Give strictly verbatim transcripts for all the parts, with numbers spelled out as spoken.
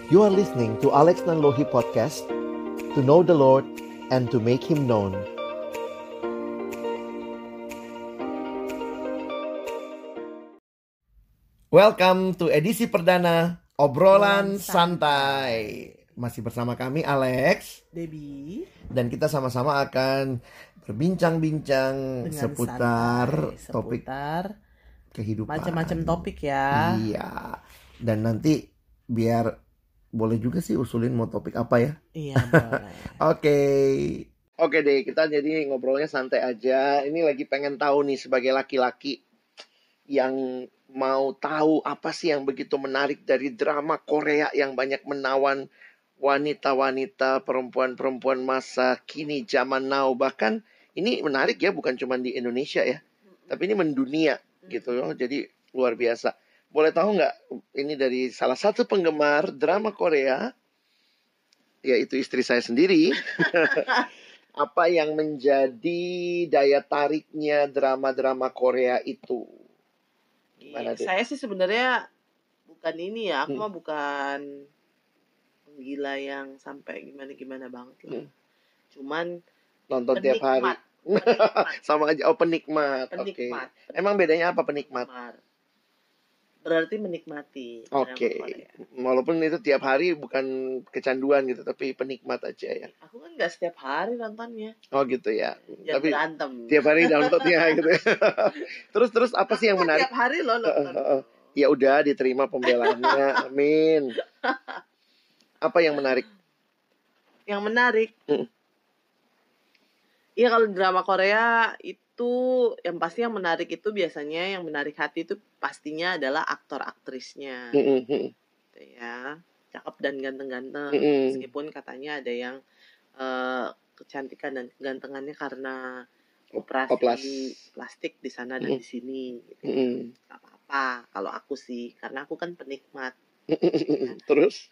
You are listening to Alex Nanlohi Podcast, to know the Lord and to make Him known. Welcome to edisi perdana Obrolan Santai. Masih bersama kami Alex, Debbie, dan kita sama-sama akan berbincang-bincang dengan seputar, santai, topik seputar kehidupan. macam-macam topik ya. Iya. Dan nanti biar boleh juga sih usulin mau topik apa ya. Iya boleh. Oke. Oke deh, kita jadi ngobrolnya santai aja. Ini lagi pengen tahu nih sebagai laki-laki yang mau tahu apa sih yang begitu menarik dari drama Korea yang banyak menawan wanita-wanita, perempuan-perempuan masa kini, zaman now. Bahkan ini menarik ya, bukan cuma di Indonesia ya, tapi ini mendunia gitu loh. Jadi luar biasa. Boleh tahu nggak, ini dari salah satu penggemar drama Korea, yaitu istri saya sendiri, apa yang menjadi daya tariknya drama-drama Korea itu? Iya, saya sih sebenarnya bukan ini ya, aku Hmm. mah bukan penggila yang sampai gimana-gimana banget lah. Hmm. Cuman Nonton tiap hari. penikmat. Penikmat. Sama aja, oh penikmat. Oke. Penikmat. Emang bedanya apa penikmat? Penikmat. Berarti menikmati drama Oke. Korea. Walaupun itu tiap hari bukan kecanduan gitu, tapi penikmat aja ya. Aku kan nggak setiap hari nontonnya. Oh gitu ya. Jangan Tapi berantem. tiap hari downloadnya gitu ya. Terus terus apa sih yang Aku kan menarik? tiap hari loh nonton. Ya udah, diterima pembelaannya. Amin. Apa yang menarik? Yang menarik. Hmm. Iya, kalau drama Korea itu yang pasti yang menarik itu biasanya yang menarik hati itu pastinya adalah aktor aktrisnya. Mm, mm, mm. Gitu ya. Cakep dan ganteng-ganteng. Mm-mm. Meskipun katanya ada yang eh, kecantikan dan kegantengannya karena operasi Oplas. plastik di sana dan Mm. di sini gitu. Mm-mm. Gak apa-apa kalau aku sih, karena aku kan penikmat. Terus?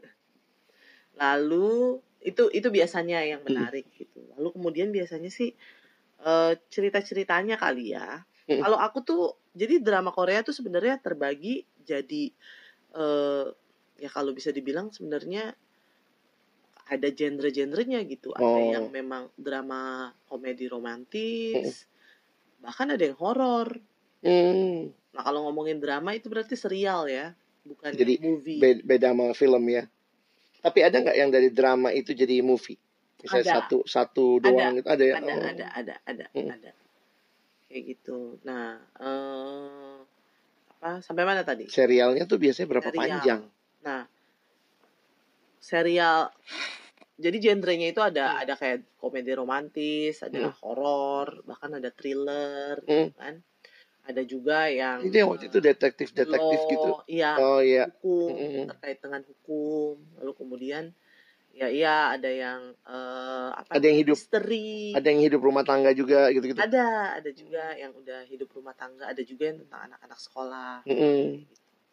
Lalu itu itu biasanya yang menarik gitu. Lalu kemudian biasanya sih eh, cerita-ceritanya kali ya. Mm. Kalau aku tuh jadi drama Korea tuh sebenarnya terbagi jadi eh, ya kalau bisa dibilang sebenarnya ada genre-genrenya gitu. Ada Oh. yang memang drama komedi romantis, bahkan ada yang horor. Mm. Nah, kalau ngomongin drama itu berarti serial ya, bukan Jadi yang movie. Be- beda sama film ya. Tapi ada nggak yang dari drama itu jadi movie? Misalnya Ada. satu satu doang gitu ada ya? Ada, Oh. ada, ada, ada, Hmm. ada. Kayak gitu. Nah, eh, apa? Sampai mana tadi? Serialnya tuh biasanya berapa Serial. panjang? Nah, serial. Jadi genrenya itu ada, Hmm. ada kayak komedi romantis, ada Hmm. horor, bahkan ada thriller, Hmm. gitu kan? Ada juga yang Itu yang waktu itu detektif-detektif law, gitu. iya, Oh iya. hukum, Mm-mm. terkait dengan hukum. Lalu kemudian ya iya ada yang eh, apa? Ada yang hidup- misteri. Ada yang hidup rumah tangga juga gitu-gitu. Ada, ada juga yang udah hidup rumah tangga, ada juga yang tentang anak-anak sekolah. Mm-mm.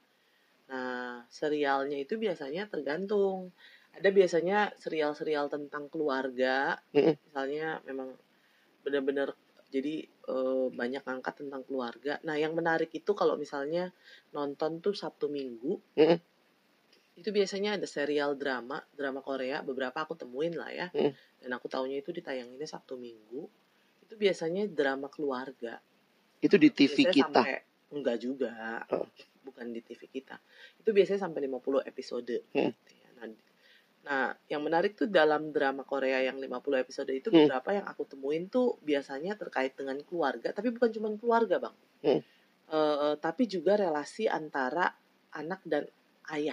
Nah, serialnya itu biasanya tergantung. Ada biasanya serial-serial tentang keluarga, Mm-mm. misalnya memang benar-benar jadi eh, banyak ngangkat tentang keluarga. Nah, yang menarik itu kalau misalnya nonton tuh Sabtu Minggu, Mm-mm. itu biasanya ada serial drama, drama Korea, beberapa aku temuin lah ya. Mm. Dan aku taunya itu ditayanginnya Sabtu Minggu. Itu biasanya drama keluarga. Itu di T V Biasanya kita. sampai enggak juga. Oh. Bukan di T V kita. Itu biasanya sampai lima puluh episode. Hmm. Gitu ya. Nah, nah, yang menarik tuh dalam drama Korea yang lima puluh episode itu Hmm. beberapa yang aku temuin tuh biasanya terkait dengan keluarga, tapi bukan cuma keluarga, Bang. Hmm. Eh, eh, tapi juga relasi antara anak dan ayah.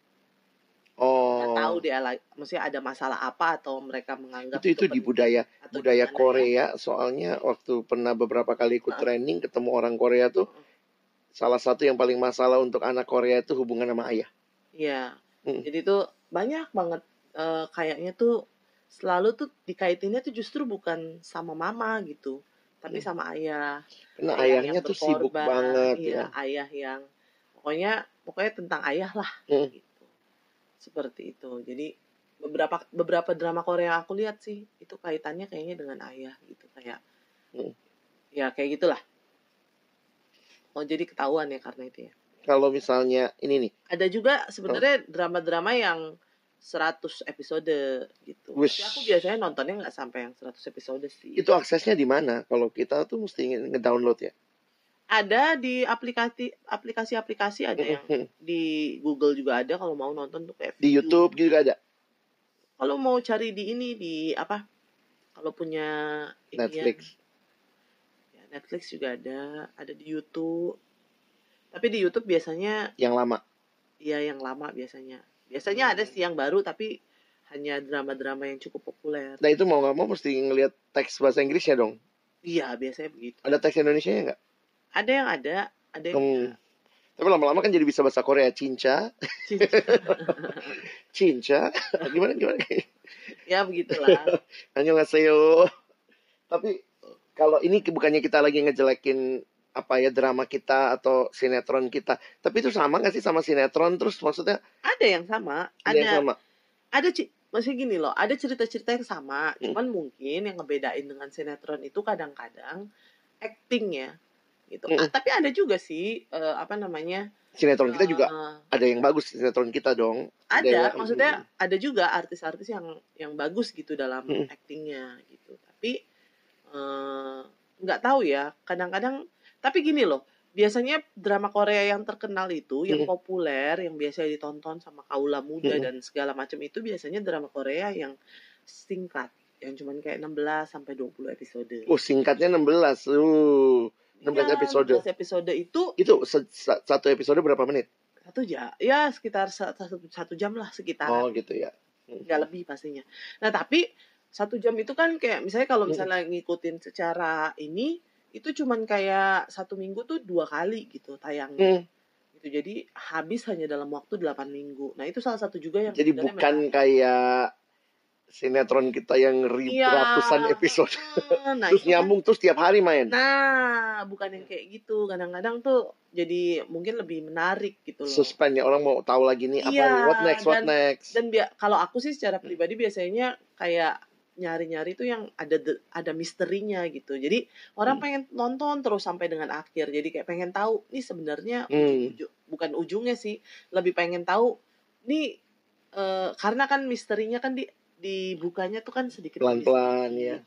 Oh. Nggak tahu dia lagi, maksudnya ada masalah apa atau mereka menganggap Itu itu di penting budaya atau budaya gimana ya. Korea. Soalnya waktu pernah beberapa kali ikut Uh-uh. training ketemu orang Korea tuh, salah satu yang paling masalah untuk anak Korea itu hubungan sama ayah. Iya. Hmm. Jadi tuh banyak banget eh, kayaknya tuh selalu tuh dikaitinnya tuh justru bukan sama mama gitu, tapi Hmm. sama ayah. Karena Ayah ayahnya yang tuh sibuk berkorban, banget iya, ya. ayah yang pokoknya pokoknya tentang ayah lah Hmm. gitu. Seperti itu. Jadi beberapa beberapa drama Korea yang aku lihat sih itu kaitannya kayaknya dengan ayah gitu, kayak Hmm. ya kayak gitulah. Oh, jadi ketahuan ya karena itu ya. kalau misalnya ini nih. Ada juga sebenarnya drama-drama yang seratus episode gitu. Wish. Tapi aku biasanya nontonnya nggak sampai yang seratus episode sih. Itu aksesnya di mana? Kalau kita tuh mesti nge-download ya. Ada di aplikasi aplikasi-aplikasi ada yang di Google juga ada kalau mau nonton tuh kayak Di YouTube juga ada. Kalau mau cari di ini di apa? Kalau punya Netflix. Ya, Netflix juga ada, ada di YouTube. Tapi di YouTube biasanya yang lama. Iya, yang lama biasanya. Biasanya ada sih yang baru tapi hanya drama-drama yang cukup populer. Nah itu mau nggak mau mesti ngelihat teks bahasa Inggrisnya dong. Iya, biasanya begitu. Ada teks Indonesianya nggak? Ada yang ada, ada yang hmm. enggak. Tapi lama-lama kan jadi bisa bahasa Korea. Cinca. Cinca. Gimana gimana? Ya begitulah. Annyeonghaseyo. Tapi kalau ini bukannya kita lagi ngejelekin apa ya drama kita atau sinetron kita, tapi itu sama nggak sih sama sinetron? Terus maksudnya ada yang sama, ada, ada yang sama. Ada c- masih gini loh, ada cerita-cerita yang sama, hmm. cuman mungkin yang ngebedain dengan sinetron itu kadang-kadang actingnya gitu. Hmm. Ah, tapi ada juga sih uh, apa namanya sinetron kita uh, juga ada yang bagus sinetron kita dong. Ada, ada yang, maksudnya hmm. ada juga artis-artis yang yang bagus gitu dalam hmm. actingnya gitu. Tapi nggak uh, tahu ya, kadang-kadang. Tapi gini loh, biasanya drama Korea yang terkenal itu, yang hmm. populer, yang biasa ditonton sama kaula muda hmm. dan segala macam itu biasanya drama Korea yang singkat, yang cuman kayak enam belas sampai dua puluh episode. Oh, singkatnya enam belas. Uh, enam belas ya, episode. enam belas episode itu Itu satu episode berapa menit? Satu jam. Ya, sekitar satu, satu jam lah sekitar. Oh, gitu ya. Hmm. Nggak lebih pastinya. Nah, tapi satu jam itu kan kayak misalnya kalau misalnya hmm. ngikutin secara ini itu cuman kayak satu minggu tuh dua kali gitu tayangnya. Hmm. Gitu. Jadi habis hanya dalam waktu delapan minggu. Nah, itu salah satu juga yang jadi bukan memang kayak sinetron kita yang ribu ya, ratusan episode. Nah, terus nyambung kan, terus tiap hari main. Nah, bukan yang kayak gitu. Kadang-kadang tuh jadi mungkin lebih menarik gitu loh. Suspense ya, orang mau tahu lagi nih apa ya, nih, what next, what dan, next. Dan bi- kalau aku sih secara pribadi biasanya kayak nyari-nyari itu yang ada ada misterinya gitu. Jadi orang hmm. pengen nonton terus sampai dengan akhir. Jadi kayak pengen tahu nih sebenarnya hmm. ujung, ujung, bukan ujungnya sih, lebih pengen tahu nih uh, karena kan misterinya kan di dibukanya tuh kan sedikit pelan-pelan ya.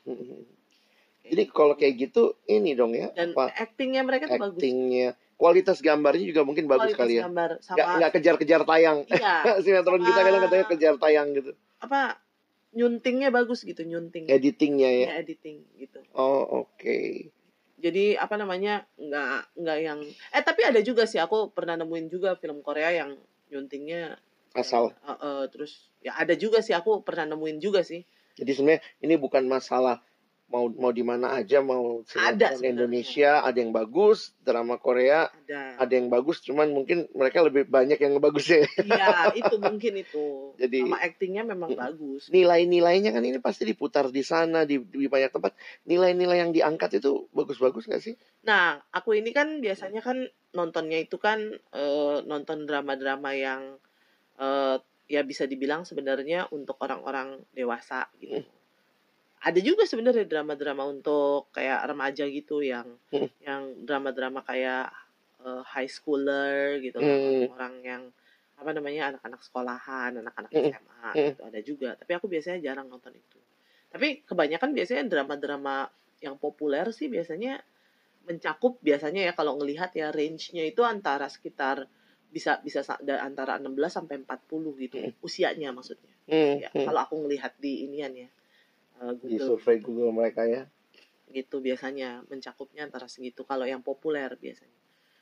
Jadi kalau kayak gitu ini dong ya. Dan apa? actingnya mereka tuh bagus. Actingnya, kualitas gambarnya juga mungkin bagus kualitas kali ya. Gambar sama nggak, nggak kejar-kejar tayang. Iya. Sinetron kita kadang katanya kejar tayang gitu. Apa? Nyuntingnya bagus gitu, nyunting. Editingnya ya. Ya, editing gitu. Oh, oke. Okay. Jadi apa namanya? nggak nggak yang eh tapi ada juga sih, aku pernah nemuin juga film Korea yang nyuntingnya asal. Uh, uh, terus ya ada juga sih, aku pernah nemuin juga sih. Jadi sebenarnya ini bukan masalah mau mau di mana aja, mau sinetron Indonesia ada yang bagus, drama Korea ada, ada yang bagus, cuman mungkin mereka lebih banyak yang bagus ya. Iya, itu mungkin itu. Jadi sama aktingnya memang bagus. Nilai-nilainya kan ini pasti diputar di sana di, di banyak tempat. Nilai-nilai yang diangkat itu bagus-bagus nggak sih? Nah, aku ini kan biasanya kan nontonnya itu kan uh, nonton drama-drama yang uh, ya bisa dibilang sebenarnya untuk orang-orang dewasa gitu. Hmm. Ada juga sebenarnya drama-drama untuk kayak remaja gitu yang hmm. yang drama-drama kayak uh, high schooler gitu, hmm. orang yang apa namanya anak-anak sekolahan, anak-anak hmm. S M A hmm. gitu ada juga. Tapi aku biasanya jarang nonton itu. Tapi kebanyakan biasanya drama-drama yang populer sih biasanya mencakup biasanya ya kalau ngelihat ya range-nya itu antara sekitar bisa bisa antara enam belas sampai empat puluh gitu hmm. usianya maksudnya. Hmm. Ya, hmm. kalau aku ngelihat di inian ya. Google. Di survei Google mereka ya. Gitu biasanya mencakupnya antara segitu kalau yang populer biasanya.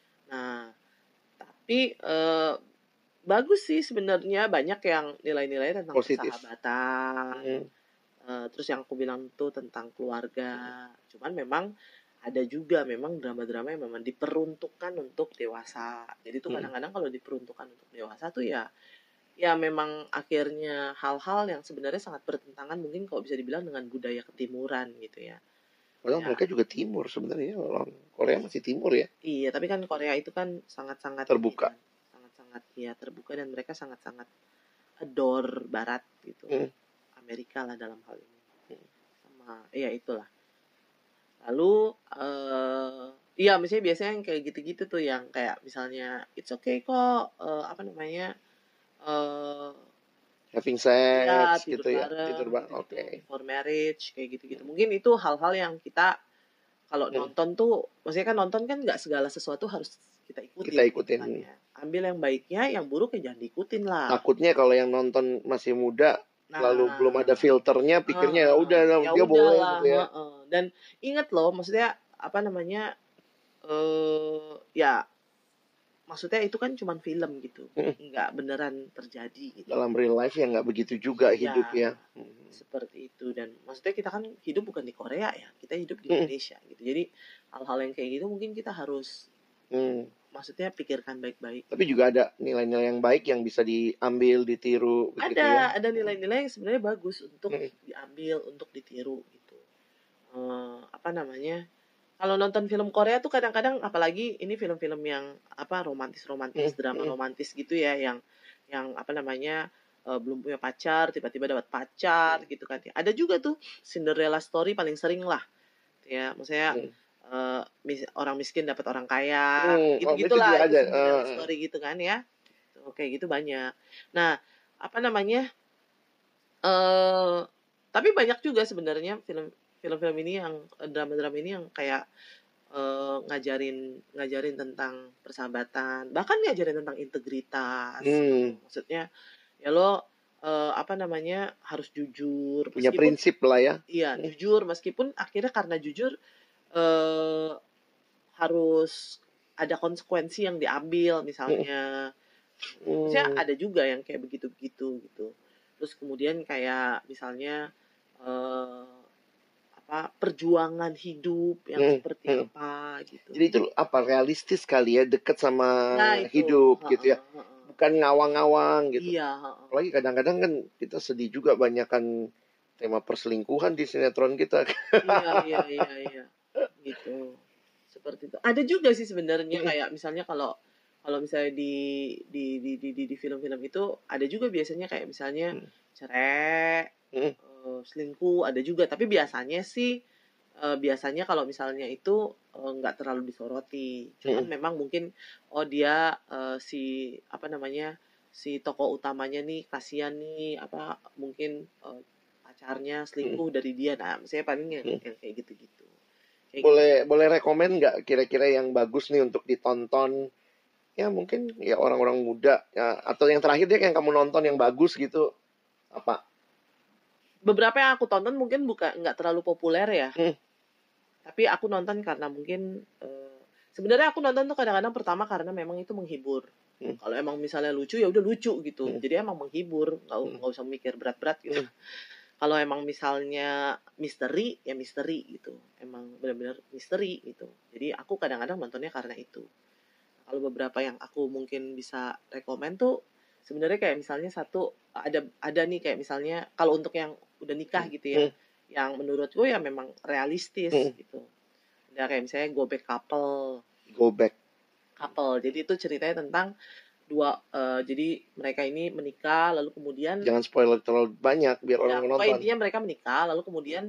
Nah, tapi eh, bagus sih sebenarnya, banyak yang nilai-nilai tentang positif, persahabatan. Hmm. Eh, terus yang aku bilang tuh tentang keluarga. Hmm. Cuman memang ada juga memang drama-drama yang memang diperuntukkan untuk dewasa. Jadi tuh kadang-kadang kalau diperuntukkan untuk dewasa tuh ya ya memang akhirnya hal-hal yang sebenarnya sangat bertentangan mungkin kalau bisa dibilang dengan budaya ketimuran gitu ya. Padahal ya. mereka juga timur sebenarnya, orang Korea masih timur ya. Iya, tapi kan Korea itu kan sangat-sangat terbuka. Sangat-sangat ya terbuka, dan mereka sangat-sangat adore barat gitu. Hmm. Amerika lah dalam hal ini. Hmm. Sama ya itulah. Lalu eh iya misalnya biasanya yang kayak gitu-gitu tuh yang kayak misalnya it's okay kok eh, apa namanya eh Having ya sex tidur gitu ya, tidur bareng bang. gitu-gitu Oke. before marriage kayak gitu-gitu. Mungkin itu hal-hal yang kita kalau Hmm, nonton tuh maksudnya kan nonton kan nggak segala sesuatu harus kita kita ikutin gitu ikutin. kan ya. Ambil yang baiknya, yang buruk ya jangan diikutin lah. Takutnya kalau yang nonton masih muda, lalu belum ada Nah, filternya, pikirnya ya heeh, udah ya dia boleh udahlah, gitu ya. heeh. Dan ingat loh, maksudnya apa namanya? Eh ya, maksudnya itu kan cuman film gitu, Hmm, nggak beneran terjadi gitu. dalam real life ya nggak begitu juga Iya, hidup ya. Hmm. seperti itu. Dan maksudnya kita kan hidup bukan di Korea ya, kita hidup di Hmm, Indonesia gitu. Jadi hal-hal yang kayak gitu mungkin kita harus, hmm. maksudnya pikirkan baik-baik. Tapi juga ada nilai-nilai yang baik yang bisa diambil, ditiru begitu ya. Ada, ada nilai-nilai yang sebenarnya bagus untuk Hmm, diambil, untuk ditiru gitu. Eh, apa namanya? Kalau nonton film Korea tuh kadang-kadang apalagi ini film-film yang apa hmm, romantis-romantis, drama hmm, romantis gitu ya yang yang apa namanya eh, belum punya pacar tiba-tiba dapat pacar gitu kan ya. Ada juga tuh Cinderella story paling sering lah ya maksudnya hmm. eh, mis- orang miskin dapat orang kaya Hmm, oh, itu juga gitu-gitulah itu ada. Cinderella Eh, story gitu kan ya. Tuh, kayak gitu banyak. Nah, apa namanya? eh tapi banyak juga sebenarnya film film-film ini yang eh, drama-drama ini yang kayak eh, ngajarin ngajarin tentang persahabatan, bahkan ngajarin tentang integritas gitu. hmm, Maksudnya ya lo eh, apa namanya harus jujur punya meskipun prinsip lah ya. iya Hmm, jujur meskipun akhirnya karena jujur eh, harus ada konsekuensi yang diambil hmm, misalnya. Maksudnya hmm, ada juga yang kayak begitu-begitu gitu. Terus kemudian kayak misalnya eh, apa perjuangan hidup yang hmm, seperti hmm. apa gitu. Jadi itu apa realistis kali ya, dekat sama Nah itu, hidup gitu heeh, ya, heeh. bukan ngawang-ngawang gitu. Iya, heeh. Apalagi kadang-kadang kan kita sedih juga banyak kan tema perselingkuhan di sinetron kita. Iya, iya, iya, iya. Gitu. Seperti itu. Ada juga sih sebenarnya Hmm, kayak misalnya kalau kalau misalnya di di di di di, di film-film itu ada juga biasanya kayak misalnya hmm, cerai, hmm, eh, selingkuh ada juga. Tapi biasanya sih eh, biasanya kalau misalnya itu eh, nggak terlalu disoroti. Cuman hmm, memang mungkin oh dia eh, si apa namanya si tokoh utamanya nih kasihan nih apa mungkin eh, pacarnya hmm, selingkuh dari dia. Nah, saya paling yang, hmm. yang kayak gitu-gitu. Kayak gitu sih. Boleh boleh rekomen nggak kira-kira yang bagus nih untuk ditonton? Ya mungkin ya orang-orang muda ya, atau yang terakhir deh yang kamu nonton yang bagus gitu apa? Beberapa yang aku tonton mungkin bukan nggak terlalu populer ya, Hmm, tapi aku nonton karena mungkin eh, sebenarnya aku nonton tuh kadang-kadang pertama karena memang itu menghibur. hmm, Kalau emang misalnya lucu ya udah lucu gitu. hmm, Jadi emang menghibur, nggak hmm, nggak usah mikir berat-berat gitu. hmm, Kalau emang misalnya misteri ya misteri gitu. Emang benar-benar misteri gitu. Jadi aku kadang-kadang nontonnya karena itu. Kalau beberapa yang aku mungkin bisa rekomen tuh sebenarnya kayak misalnya satu ada ada nih kayak misalnya kalau untuk yang udah nikah hmm, gitu ya, hmm, yang menurutku ya memang realistis hmm. gitu. Ada kayak misalnya Go Back Couple, Go back. couple. Jadi itu ceritanya tentang dua eh, jadi mereka ini menikah lalu kemudian Jangan spoiler terlalu banyak biar orang ya mau pokoknya nonton. intinya mereka menikah lalu kemudian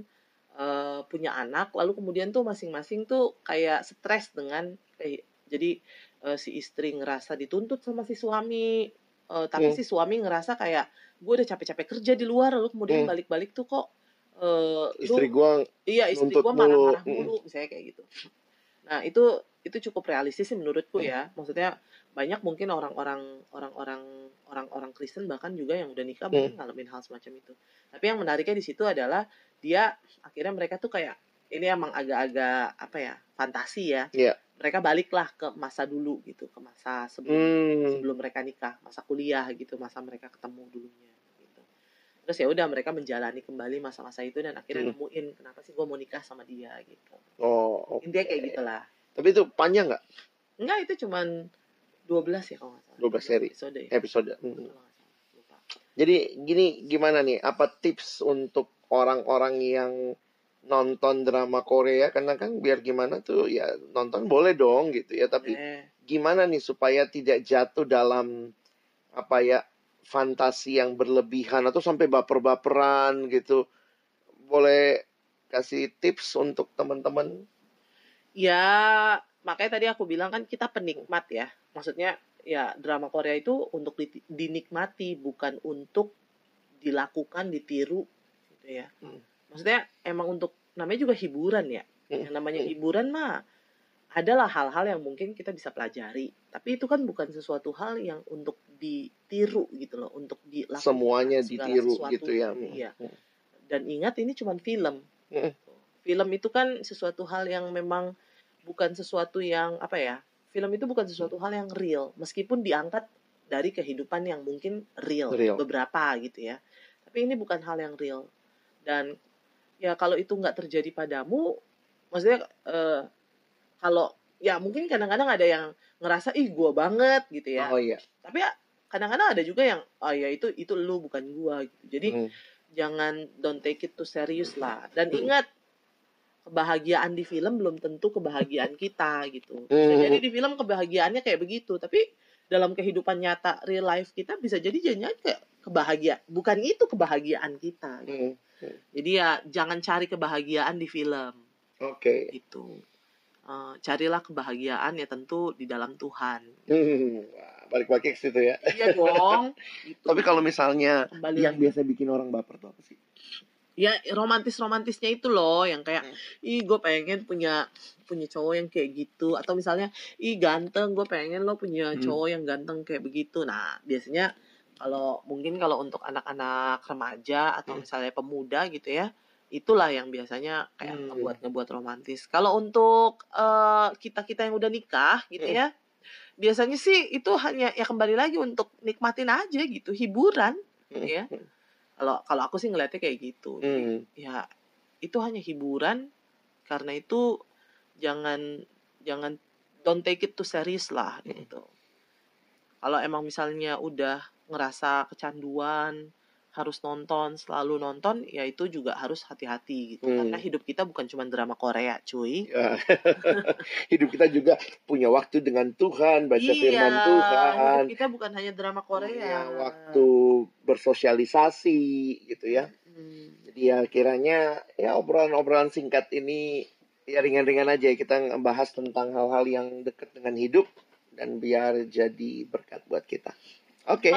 eh, punya anak lalu kemudian tuh masing-masing tuh kayak stres dengan kayak jadi eh, si istri ngerasa dituntut sama si suami eh, tapi Hmm, si suami ngerasa kayak gue udah capek-capek kerja di luar lalu kemudian hmm. balik-balik tuh kok eh, Istri lu gua iya istri nuntut gue mulu. marah-marah Hmm, mulu misalnya kayak gitu. Nah, itu itu cukup realistis sih menurutku hmm, ya. Maksudnya banyak mungkin orang-orang orang-orang orang-orang Kristen bahkan juga yang udah nikah hmm. mungkin ngalamin hal semacam itu. Tapi yang menariknya di situ adalah dia akhirnya mereka tuh kayak ini emang agak-agak apa ya, fantasi ya. Ya. Mereka baliklah ke masa dulu gitu, ke masa sebelum Hmm. sebelum mereka nikah, masa kuliah gitu, masa mereka ketemu dulunya gitu. Terus ya udah mereka menjalani kembali masa-masa itu dan akhirnya Hmm. nemuin kenapa sih gue mau nikah sama dia gitu. Oh, Intinya oke. kayak gitulah. Tapi itu panjang nggak? Enggak, itu cuman dua belas ya kalau nggak salah. dua belas seri Episode ya. episode. Kalau Hmm. nggak salah. Lupa. Jadi gini, gimana nih? Apa tips untuk orang-orang yang nonton drama Korea? Karena kan biar gimana tuh ya nonton boleh dong gitu ya. Tapi Eh, gimana nih supaya tidak jatuh dalam apa ya fantasi yang berlebihan atau sampai baper-baperan gitu? Boleh kasih tips untuk teman-teman. Ya, makanya tadi aku bilang kan kita penikmat ya. Maksudnya ya drama Korea itu untuk di- dinikmati, bukan untuk dilakukan, ditiru gitu ya. Hmm. Maksudnya emang untuk namanya juga hiburan ya. Hmm. Yang namanya Hmm. hiburan mah adalah hal-hal yang mungkin kita bisa pelajari, tapi itu kan bukan sesuatu hal yang untuk ditiru gitu loh, untuk dilakukan Semuanya segala ditiru sesuatu. gitu ya. Iya. Hmm. Dan ingat ini cuma film. Hmm. Film itu kan sesuatu hal yang memang bukan sesuatu yang apa ya? Film itu bukan sesuatu hal yang real, meskipun diangkat dari kehidupan yang mungkin real, Real. beberapa gitu ya. Tapi ini bukan hal yang real. Dan ya kalau itu nggak terjadi padamu, maksudnya eh, kalau ya mungkin kadang-kadang ada yang ngerasa ih gua banget gitu ya. Oh iya. Tapi ya kadang-kadang ada juga yang oh ya itu itu lu bukan gua gitu. Jadi Hmm. jangan don't take it too serious lah. Dan Hmm. ingat, kebahagiaan di film belum tentu kebahagiaan kita gitu. Hmm. Bisa jadi di film kebahagiaannya kayak begitu, tapi dalam kehidupan nyata real life kita bisa jadi jadinya kayak kebahagiaan. Bukan itu kebahagiaan kita. Gitu. Hmm. Jadi ya jangan cari kebahagiaan di film. Oke. Itu. Uh, carilah kebahagiaan ya tentu di dalam Tuhan. Hmm. Wah, balik lagi ke situ ya. Iya dong. Gitu. Tapi kalau misalnya Kembali yang lagi. biasa bikin orang baper tuh apa sih? Ya romantis-romantisnya itu loh yang kayak Hmm. ih gue pengen punya punya cowok yang kayak gitu, atau misalnya ih ganteng, gue pengen lo punya Hmm. cowok yang ganteng kayak begitu. Nah biasanya kalau mungkin kalau untuk anak-anak remaja atau Hmm. misalnya pemuda gitu ya, itulah yang biasanya kayak Hmm. ngebuat ngebuat romantis. Kalau untuk uh, kita kita yang udah nikah gitu Hmm. ya, biasanya sih itu hanya ya kembali lagi untuk nikmatin aja gitu, hiburan. Hmm. Ya kalau kalau aku sih ngeliatnya kayak gitu. Jadi, Hmm. ya itu hanya hiburan, karena itu jangan jangan don't take it too serious lah gitu. Kalau emang misalnya udah ngerasa kecanduan harus nonton, selalu nonton, ya itu juga harus hati-hati gitu. Hmm. Karena hidup kita bukan cuma drama Korea, cuy. Ya. Hidup kita juga punya waktu dengan Tuhan, baca Iya, firman Tuhan. hidup kita bukan hanya drama Korea. Punya waktu bersosialisasi gitu ya. Hmm. Jadi ya kiranya ya obrolan-obrolan singkat ini ya ringan-ringan aja, kita ngebahas tentang hal-hal yang dekat dengan hidup dan biar jadi berkat buat kita. Oke. Okay.